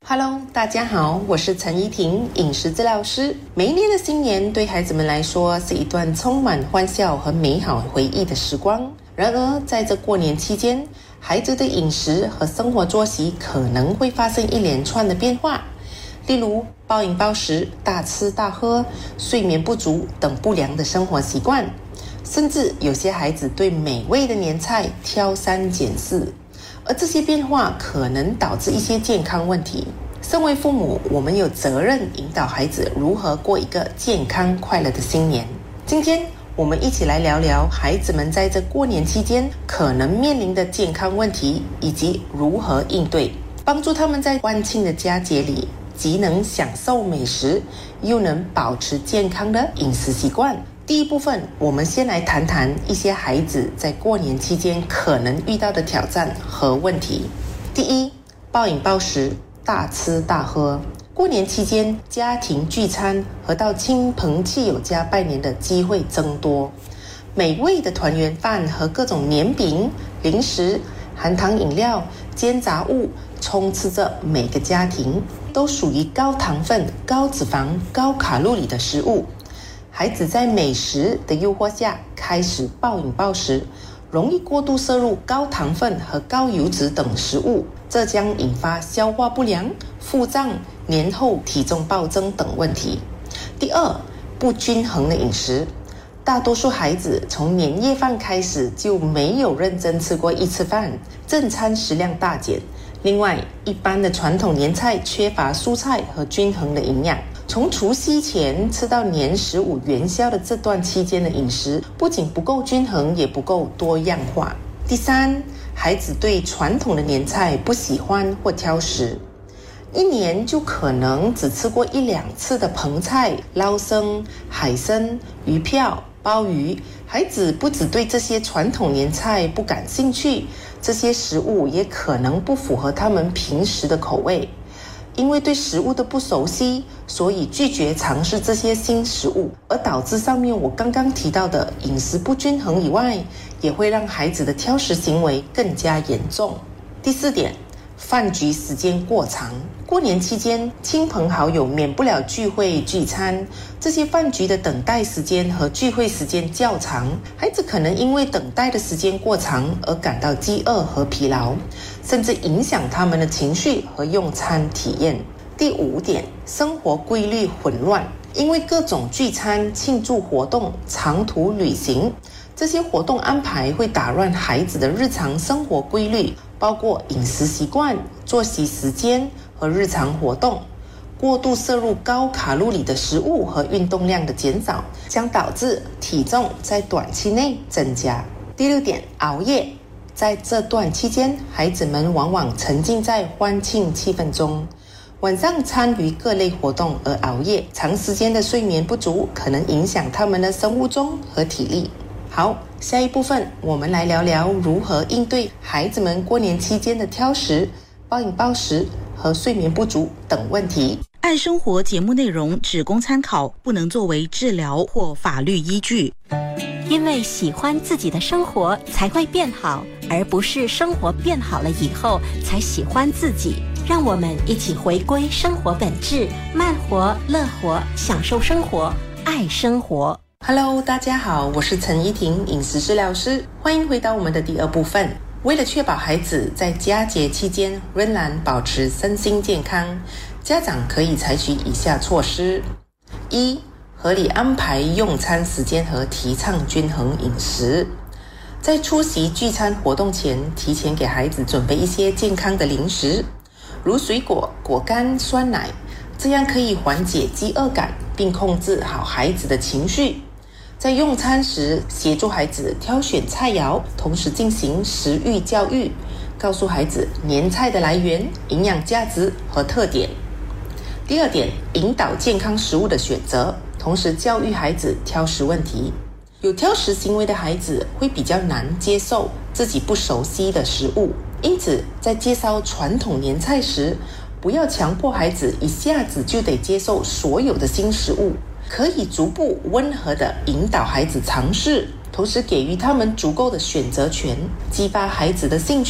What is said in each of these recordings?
Hello， 大家好，我是陈怡婷，饮食治疗师。每一年的新年对孩子们来说是一段充满欢笑和美好回忆的时光。然而，在这过年期间，孩子的饮食和生活作息可能会发生一连串的变化，例如暴饮暴食、大吃大喝、睡眠不足等不良的生活习惯，甚至有些孩子对美味的年菜挑三拣四。而这些变化可能导致一些健康问题。身为父母，我们有责任引导孩子如何过一个健康快乐的新年。今天我们一起来聊聊孩子们在这过年期间可能面临的健康问题，以及如何应对，帮助他们在欢庆的佳节里既能享受美食，又能保持健康的饮食习惯。第一部分，我们先来谈谈一些孩子在过年期间可能遇到的挑战和问题。第一，暴饮暴食、大吃大喝。过年期间，家庭聚餐和到亲朋戚友家拜年的机会增多，美味的团圆饭和各种年饼、零食、含糖饮料、煎炸物充斥着每个家庭，都属于高糖分、高脂肪、高卡路里的食物。孩子在美食的诱惑下开始暴饮暴食，容易过度摄入高糖分和高油脂等食物，这将引发消化不良、腹胀、年后体重暴增等问题。第二，不均衡的饮食。大多数孩子从年夜饭开始就没有认真吃过一次饭，正餐食量大减。另外，一般的传统年菜缺乏蔬菜和均衡的营养。从除夕前吃到年15元宵的这段期间的饮食，不仅不够均衡，也不够多样化。第三，孩子对传统的年菜不喜欢或挑食，一年就可能只吃过1-2次的盆菜、捞生、海参、鱼票、鲍鱼。孩子不只对这些传统年菜不感兴趣，这些食物也可能不符合他们平时的口味。因为对食物的不熟悉，所以拒绝尝试这些新食物，而导致上面我刚刚提到的饮食不均衡以外，也会让孩子的挑食行为更加严重。第四点，饭局时间过长。过年期间，亲朋好友免不了聚会聚餐，这些饭局的等待时间和聚会时间较长，孩子可能因为等待的时间过长而感到饥饿和疲劳，甚至影响他们的情绪和用餐体验。第五点，生活规律混乱。因为各种聚餐、庆祝活动、长途旅行，这些活动安排会打乱孩子的日常生活规律，包括饮食习惯、作息时间和日常活动。过度摄入高卡路里的食物和运动量的减少，将导致体重在短期内增加。第六点，熬夜。在这段期间，孩子们往往沉浸在欢庆气氛中，晚上参与各类活动而熬夜，长时间的睡眠不足可能影响他们的生物钟和体力。好，下一部分我们来聊聊如何应对孩子们过年期间的挑食、暴饮暴食和睡眠不足等问题。 爱生活节目内容只供参考，不能作为治疗或法律依据。 因为喜欢自己的生活才会变好，而不是生活变好了以后才喜欢自己。让我们一起回归生活本质，慢活、乐活，享受生活，爱生活。 Hello， 大家好，我是陈怡婷，饮食治疗师，欢迎回到我们的第二部分。为了确保孩子在佳节期间仍然保持身心健康，家长可以采取以下措施：一、合理安排用餐时间和提倡均衡饮食。在出席聚餐活动前，提前给孩子准备一些健康的零食，如水果、果干、酸奶，这样可以缓解饥饿感，并控制好孩子的情绪。在用餐时，协助孩子挑选菜肴，同时进行食育教育，告诉孩子年菜的来源、营养价值和特点。第二点，引导健康食物的选择，同时教育孩子挑食问题。有挑食行为的孩子会比较难接受自己不熟悉的食物，因此在介绍传统年菜时，不要强迫孩子一下子就得接受所有的新食物，可以逐步温和地引导孩子尝试，同时给予他们足够的选择权，激发孩子的兴趣，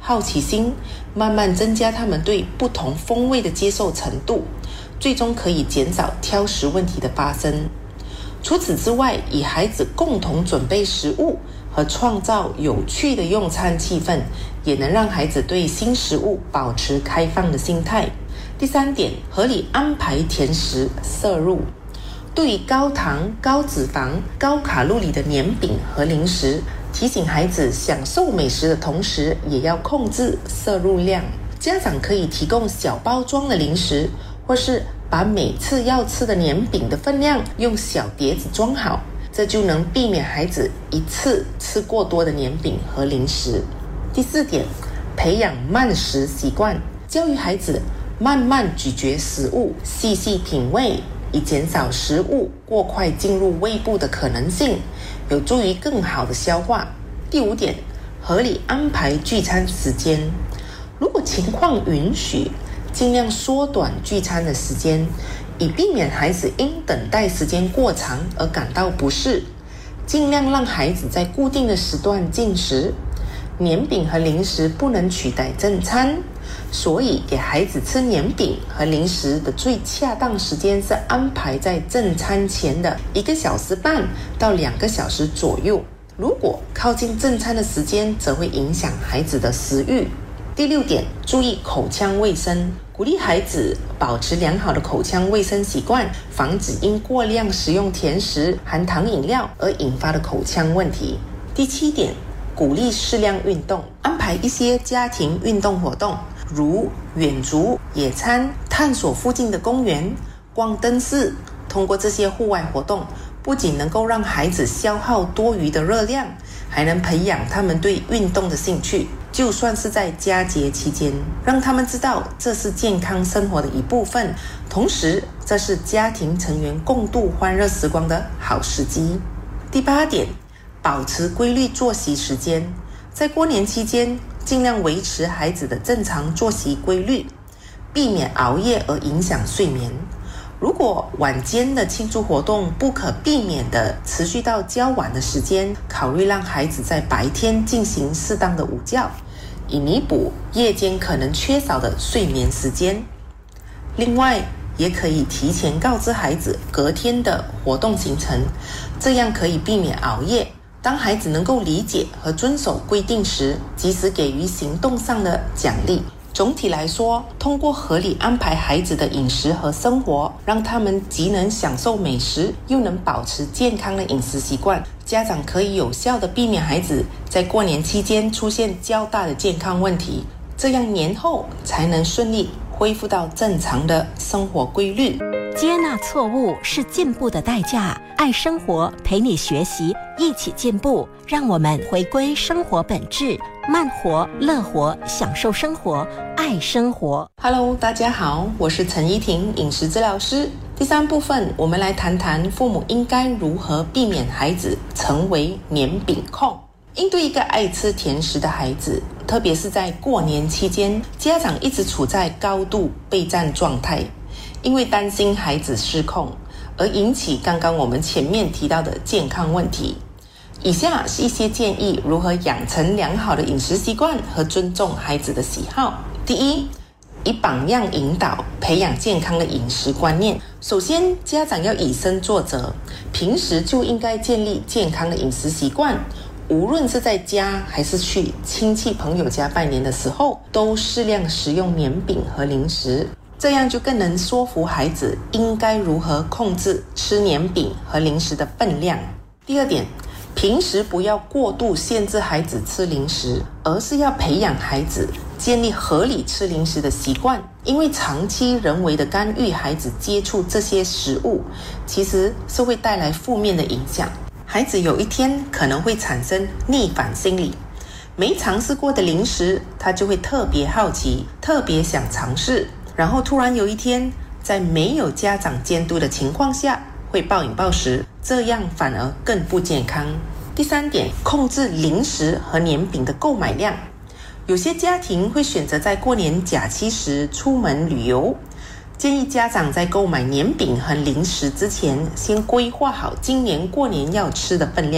好奇心，慢慢增加他们对不同风味的接受程度，最终可以减少挑食问题的发生。除此之外，与孩子共同准备食物和创造有趣的用餐气氛，也能让孩子对新食物保持开放的心态。第三点，合理安排甜食摄入。对于高糖、高脂肪、高卡路里的黏饼和零食，提醒孩子享受美食的同时，也要控制摄入量。家长可以提供小包装的零食，或是把每次要吃的黏饼的分量用小碟子装好，这就能避免孩子一次吃过多的黏饼和零食。第四点，培养慢食习惯，教育孩子慢慢咀嚼食物，细细品味，以减少食物过快进入胃部的可能性，有助于更好的消化。第五点，合理安排聚餐时间，如果情况允许，尽量缩短聚餐的时间，以避免孩子因等待时间过长而感到不适。尽量让孩子在固定的时段进食，黏饼和零食不能取代正餐，所以给孩子吃黏饼和零食的最恰当时间是安排在正餐前的1个小时半到2个小时左右。如果靠近正餐的时间，则会影响孩子的食欲。第六点，注意口腔卫生，鼓励孩子保持良好的口腔卫生习惯，防止因过量食用甜食、含糖饮料而引发的口腔问题。第七点，鼓励适量运动，安排一些家庭运动活动，如远足、野餐、探索附近的公园、逛灯饰。通过这些户外活动，不仅能够让孩子消耗多余的热量，还能培养他们对运动的兴趣。就算是在佳节期间，让他们知道这是健康生活的一部分，同时这是家庭成员共度欢乐时光的好时机。第八点，保持规律作息时间，在过年期间尽量维持孩子的正常作息规律，避免熬夜而影响睡眠。如果晚间的庆祝活动不可避免地持续到较晚的时间，考虑让孩子在白天进行适当的午觉，以弥补夜间可能缺少的睡眠时间。另外，也可以提前告知孩子隔天的活动行程，这样可以避免熬夜。当孩子能够理解和遵守规定时，及时给予行动上的奖励。总体来说，通过合理安排孩子的饮食和生活，让他们既能享受美食，又能保持健康的饮食习惯，家长可以有效地避免孩子在过年期间出现较大的健康问题，这样年后才能顺利恢复到正常的生活规律。 接纳错误是进步的代价，爱生活陪你学习，一起进步，让我们回归生活本质，慢活、乐活，享受生活，爱生活。 Hello， 大家好，我是陈依婷，饮食治疗师。第三部分，我们来谈谈父母应该如何避免孩子成为黏饼控。应对一个爱吃甜食的孩子，特别是在过年期间，家长一直处在高度备战状态，因为担心孩子失控，而引起刚刚我们前面提到的健康问题。以下是一些建议，如何养成良好的饮食习惯和尊重孩子的喜好。第一，以榜样引导，培养健康的饮食观念。首先，家长要以身作则，平时就应该建立健康的饮食习惯，无论是在家还是去亲戚朋友家拜年的时候，都适量食用黏饼和零食，这样就更能说服孩子应该如何控制吃黏饼和零食的分量。第二点，平时不要过度限制孩子吃零食，而是要培养孩子建立合理吃零食的习惯，因为长期人为的干预孩子接触这些食物，其实是会带来负面的影响。孩子有一天可能会产生逆反心理，没尝试过的零食，他就会特别好奇，特别想尝试，然后突然有一天，在没有家长监督的情况下，会暴饮暴食，这样反而更不健康。第三点，控制零食和黏饼的购买量。有些家庭会选择在过年假期时出门旅游，建议家长在购买黏饼和零食之前，先规划好今年过年要吃的分量。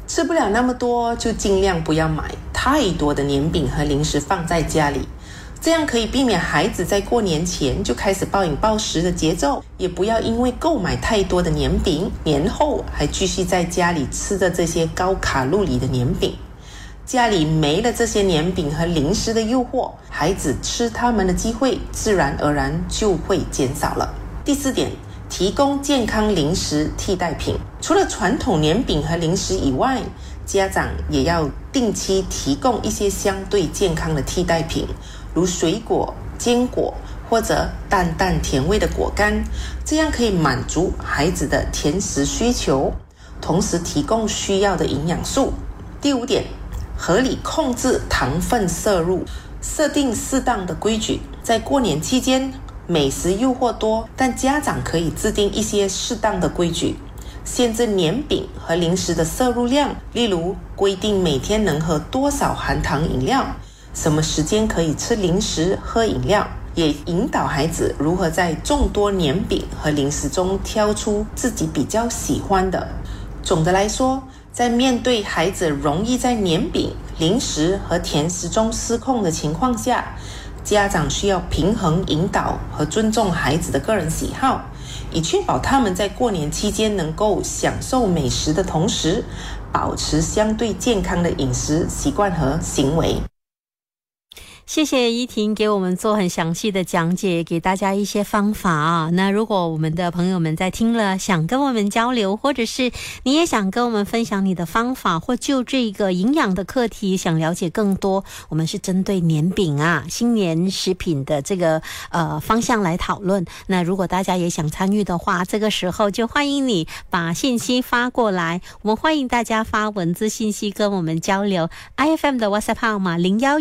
吃不了那么多，就尽量不要买太多的年饼和零食放在家里，这样可以避免孩子在过年前就开始暴饮暴食的节奏，也不要因为购买太多的年饼，年后还继续在家里吃着这些高卡路里的年饼。家里没了这些年饼和零食的诱惑，孩子吃它们的机会自然而然就会减少了。第4点，提供健康零食替代品。除了传统年饼和零食以外，家长也要定期提供一些相对健康的替代品，如水果、坚果或者淡淡甜味的果干，这样可以满足孩子的甜食需求，同时提供需要的营养素。第5点，合理控制糖分摄入，设定适当的规矩。在过年期间，美食诱惑多，但家长可以制定一些适当的规矩，限制年饼和零食的摄入量，例如规定每天能喝多少含糖饮料，什么时间可以吃零食喝饮料，也引导孩子如何在众多年饼和零食中挑出自己比较喜欢的。总的来说，在面对孩子容易在年饼、零食和甜食中失控的情况下，家长需要平衡引导和尊重孩子的个人喜好，以确保他们在过年期间能够享受美食的同时，保持相对健康的饮食习惯和行为。 谢谢依婷给我们做很详细的讲解，给大家一些方法啊。那如果我们的朋友们在听了想跟我们交流，或者是你也想跟我们分享你的方法，或就这个营养的课题想了解更多，我们是针对年饼新年食品的这个方向来讨论。那如果大家也想参与的话，这个时候就欢迎你把信息发过来，我们欢迎大家发文字信息跟我们交流。 IFM 的 WhatsApp 号码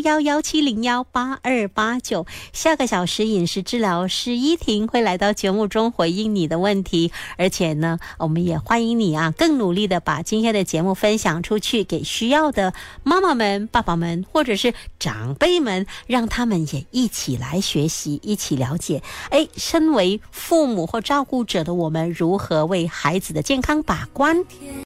0111708289，下个小时饮食治疗师依婷会来到节目中回应你的问题，而且呢，我们也欢迎你更努力的把今天的节目分享出去，给需要的妈妈们、爸爸们或者是长辈们，让他们也一起来学习，一起了解身为父母或照顾者的我们如何为孩子的健康把关。